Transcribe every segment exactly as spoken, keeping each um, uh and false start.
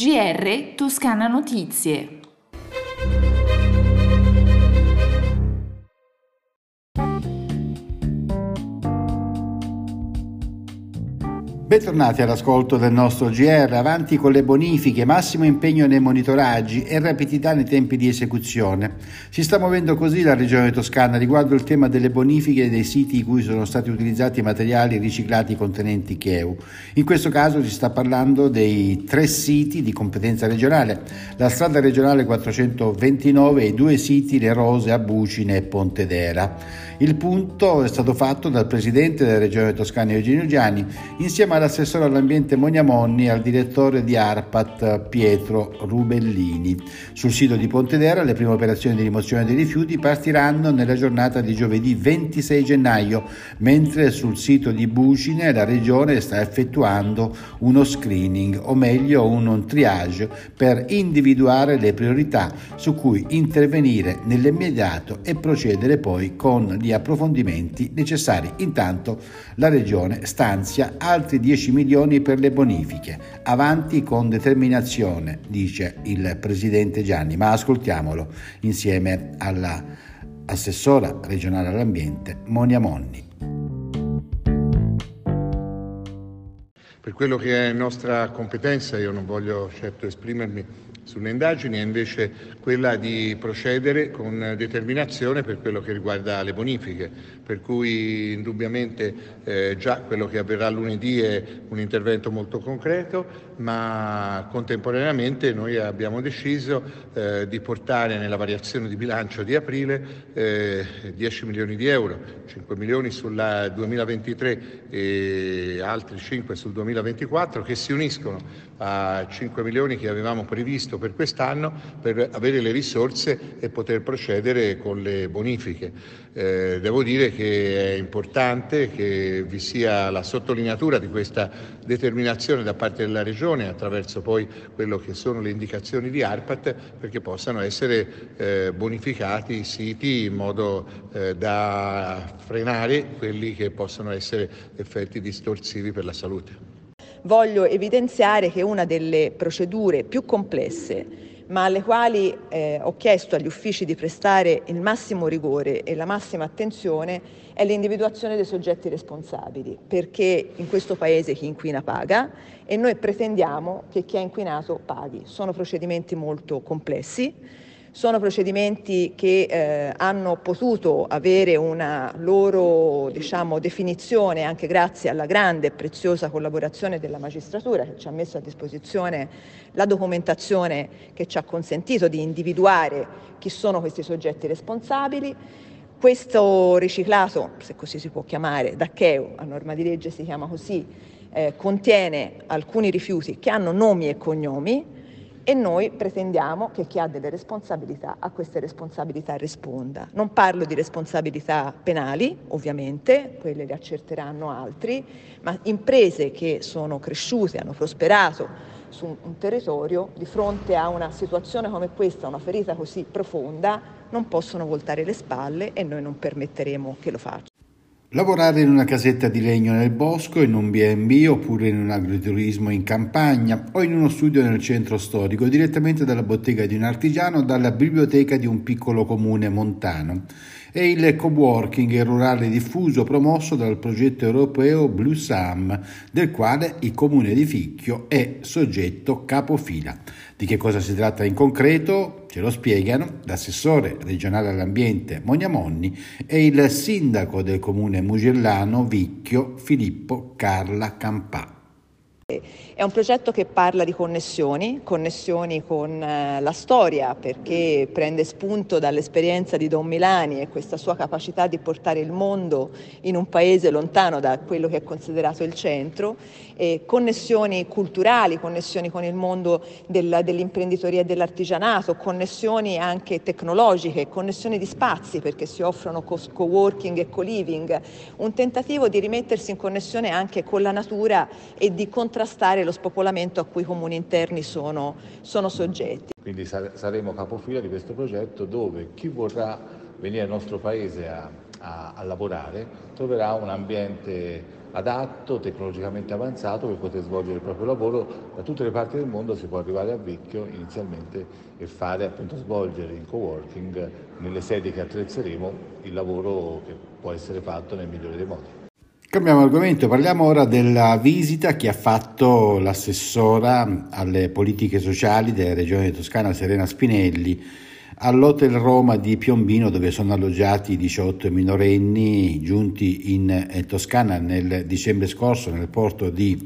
G R Toscana Notizie. Bentornati all'ascolto del nostro G R, avanti con le bonifiche, massimo impegno nei monitoraggi e rapidità nei tempi di esecuzione. Si sta muovendo così la Regione Toscana riguardo il tema delle bonifiche dei siti in cui sono stati utilizzati materiali riciclati contenenti C E U. In questo caso si sta parlando dei tre siti di competenza regionale, la strada regionale quattrocentoventinove e i due siti Le Rose a Bucine e Pontedera. Il punto è stato fatto dal presidente della Regione Toscana Eugenio Giani insieme all'assessore all'ambiente Monia Monni e al direttore di ARPAT Pietro Rubellini. Sul sito di Pontedera le prime operazioni di rimozione dei rifiuti partiranno nella giornata di giovedì ventisei gennaio, mentre sul sito di Bucine la Regione sta effettuando uno screening, o meglio un triage, per individuare le priorità su cui intervenire nell'immediato e procedere poi con gli approfondimenti necessari. Intanto la Regione stanzia altri dieci milioni per le bonifiche. Avanti con determinazione, dice il presidente Gianni, ma ascoltiamolo insieme alla assessora regionale all'ambiente Monia Monni. Per quello che è nostra competenza, io non voglio certo esprimermi sulle indagini, è invece quella di procedere con determinazione per quello che riguarda le bonifiche, per cui indubbiamente eh, già quello che avverrà lunedì è un intervento molto concreto, ma contemporaneamente noi abbiamo deciso eh, di portare nella variazione di bilancio di aprile eh, dieci milioni di euro, cinque milioni sul duemilaventitré e altri cinque sul duemilaventiquattro, che si uniscono a cinque milioni che avevamo previsto per quest'anno per avere le risorse e poter procedere con le bonifiche. Eh, devo dire che è importante che vi sia la sottolineatura di questa determinazione da parte della Regione attraverso poi quello che sono le indicazioni di ARPAT, perché possano essere eh, bonificati i siti in modo eh, da frenare quelli che possono essere effetti distorsivi per la salute. Voglio evidenziare che una delle procedure più complesse, ma alle quali eh, ho chiesto agli uffici di prestare il massimo rigore e la massima attenzione, è l'individuazione dei soggetti responsabili, perché in questo Paese chi inquina paga e noi pretendiamo che chi ha inquinato paghi. Sono procedimenti molto complessi. Sono procedimenti che eh, hanno potuto avere una loro, diciamo, definizione anche grazie alla grande e preziosa collaborazione della magistratura, che ci ha messo a disposizione la documentazione che ci ha consentito di individuare chi sono questi soggetti responsabili. Questo riciclato, se così si può chiamare, da C E U, a norma di legge si chiama così, eh, contiene alcuni rifiuti che hanno nomi e cognomi, e noi pretendiamo che chi ha delle responsabilità a queste responsabilità risponda. Non parlo di responsabilità penali, ovviamente, quelle le accerteranno altri, ma imprese che sono cresciute, hanno prosperato su un territorio, di fronte a una situazione come questa, una ferita così profonda, non possono voltare le spalle e noi non permetteremo che lo facciano. Lavorare in una casetta di legno nel bosco, in un B and B oppure in un agriturismo in campagna o in uno studio nel centro storico, direttamente dalla bottega di un artigiano o dalla biblioteca di un piccolo comune montano. È il coworking rurale diffuso promosso dal progetto europeo Bluesam, del quale il comune di Ficchio è soggetto capofila. Di che cosa si tratta in concreto? Ce lo spiegano l'assessore regionale all'ambiente Monia Monni e il sindaco del comune mugellano Vicchio Filippo Carla Campà. È un progetto che parla di connessioni, connessioni con eh, la storia, perché prende spunto dall'esperienza di Don Milani e questa sua capacità di portare il mondo in un paese lontano da quello che è considerato il centro, e connessioni culturali, connessioni con il mondo del, dell'imprenditoria e dell'artigianato, connessioni anche tecnologiche, connessioni di spazi, perché si offrono co-working e co-living, un tentativo di rimettersi in connessione anche con la natura e di contrastare lo spopolamento a cui i comuni interni sono, sono soggetti. Quindi saremo capofila di questo progetto, dove chi vorrà venire al nostro paese a, a, a lavorare troverà un ambiente adatto, tecnologicamente avanzato per poter svolgere il proprio lavoro. Da tutte le parti del mondo si può arrivare a Vicchio inizialmente e fare appunto svolgere il coworking nelle sedi che attrezzeremo, il lavoro che può essere fatto nel migliore dei modi. Cambiamo argomento, parliamo ora della visita che ha fatto l'assessora alle politiche sociali della Regione Toscana Serena Spinelli all'Hotel Roma di Piombino, dove sono alloggiati diciotto minorenni giunti in Toscana nel dicembre scorso nel porto di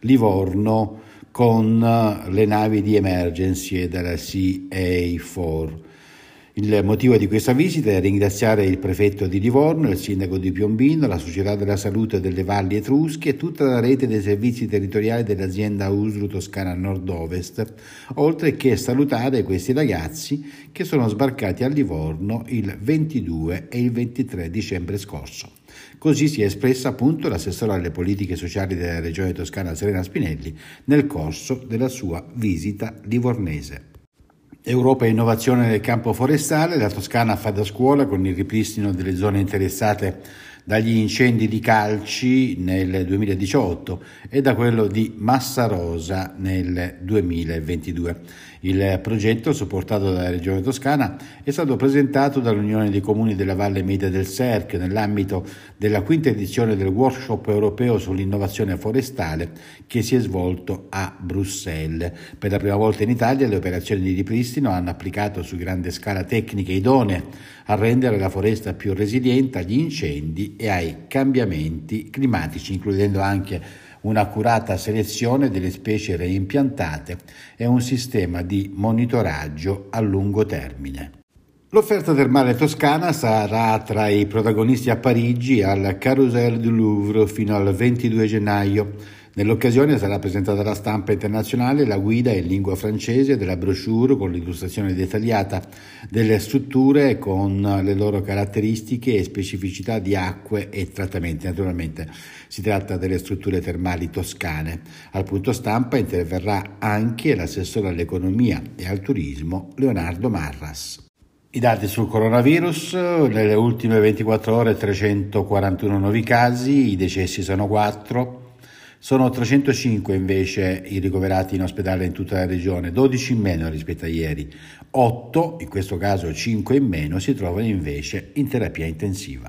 Livorno con le navi di Emergency della C A quattro. Il motivo di questa visita è ringraziare il prefetto di Livorno, il sindaco di Piombino, la Società della Salute delle Valli Etrusche e tutta la rete dei servizi territoriali dell'azienda U S L Toscana Nord-Ovest, oltre che salutare questi ragazzi che sono sbarcati a Livorno il ventidue e il ventitré dicembre scorso. Così si è espressa appunto l'assessora alle politiche sociali della Regione Toscana Serena Spinelli nel corso della sua visita livornese. Europa e innovazione nel campo forestale, la Toscana fa da scuola con il ripristino delle zone interessate dagli incendi di Calci nel duemiladiciotto e da quello di Massarosa nel duemilaventidue. Il progetto, supportato dalla Regione Toscana, è stato presentato dall'Unione dei Comuni della Valle Media del Serchio nell'ambito della quinta edizione del workshop europeo sull'innovazione forestale che si è svolto a Bruxelles. Per la prima volta in Italia le operazioni di ripristino hanno applicato su grande scala tecniche idonee a rendere la foresta più resiliente agli incendi e ai cambiamenti climatici, includendo anche un'accurata selezione delle specie reimpiantate e un sistema di monitoraggio a lungo termine. L'offerta termale toscana sarà tra i protagonisti a Parigi al Carrousel du Louvre fino al ventidue gennaio. Nell'occasione sarà presentata alla stampa internazionale la guida in lingua francese della brochure con l'illustrazione dettagliata delle strutture con le loro caratteristiche e specificità di acque e trattamenti. Naturalmente si tratta delle strutture termali toscane. Al punto stampa interverrà anche l'assessore all'economia e al turismo Leonardo Marras. I dati sul coronavirus: nelle ultime ventiquattro ore trecentoquarantuno nuovi casi, i decessi sono quattro. Sono trecentocinque invece i ricoverati in ospedale in tutta la regione, dodici in meno rispetto a ieri. otto, in questo caso cinque in meno, si trovano invece in terapia intensiva.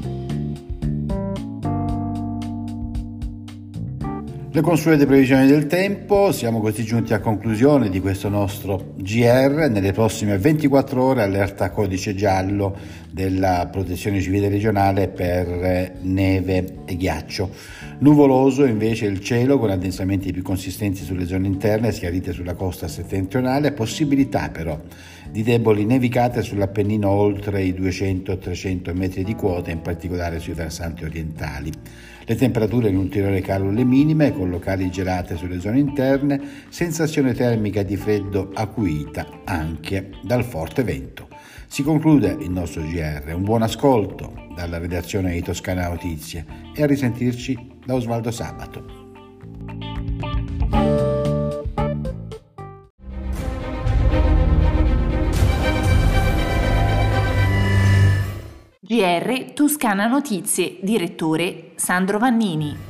Le consuete previsioni del tempo, siamo così giunti a conclusione di questo nostro G R. Nelle prossime ventiquattro ore allerta codice giallo della Protezione Civile regionale per neve e ghiaccio. Nuvoloso invece il cielo con addensamenti più consistenti sulle zone interne schiarite sulla costa settentrionale, possibilità però di deboli nevicate sull'Appennino oltre i duecento trecento metri di quota, in particolare sui versanti orientali. Le temperature in ulteriore calo alle minime, con locali gelate sulle zone interne, sensazione termica di freddo acuita anche dal forte vento. Si conclude il nostro G R. Un buon ascolto dalla redazione di Toscana Notizie e a risentirci da Osvaldo Sabato. G R Toscana Notizie, direttore Sandro Vannini.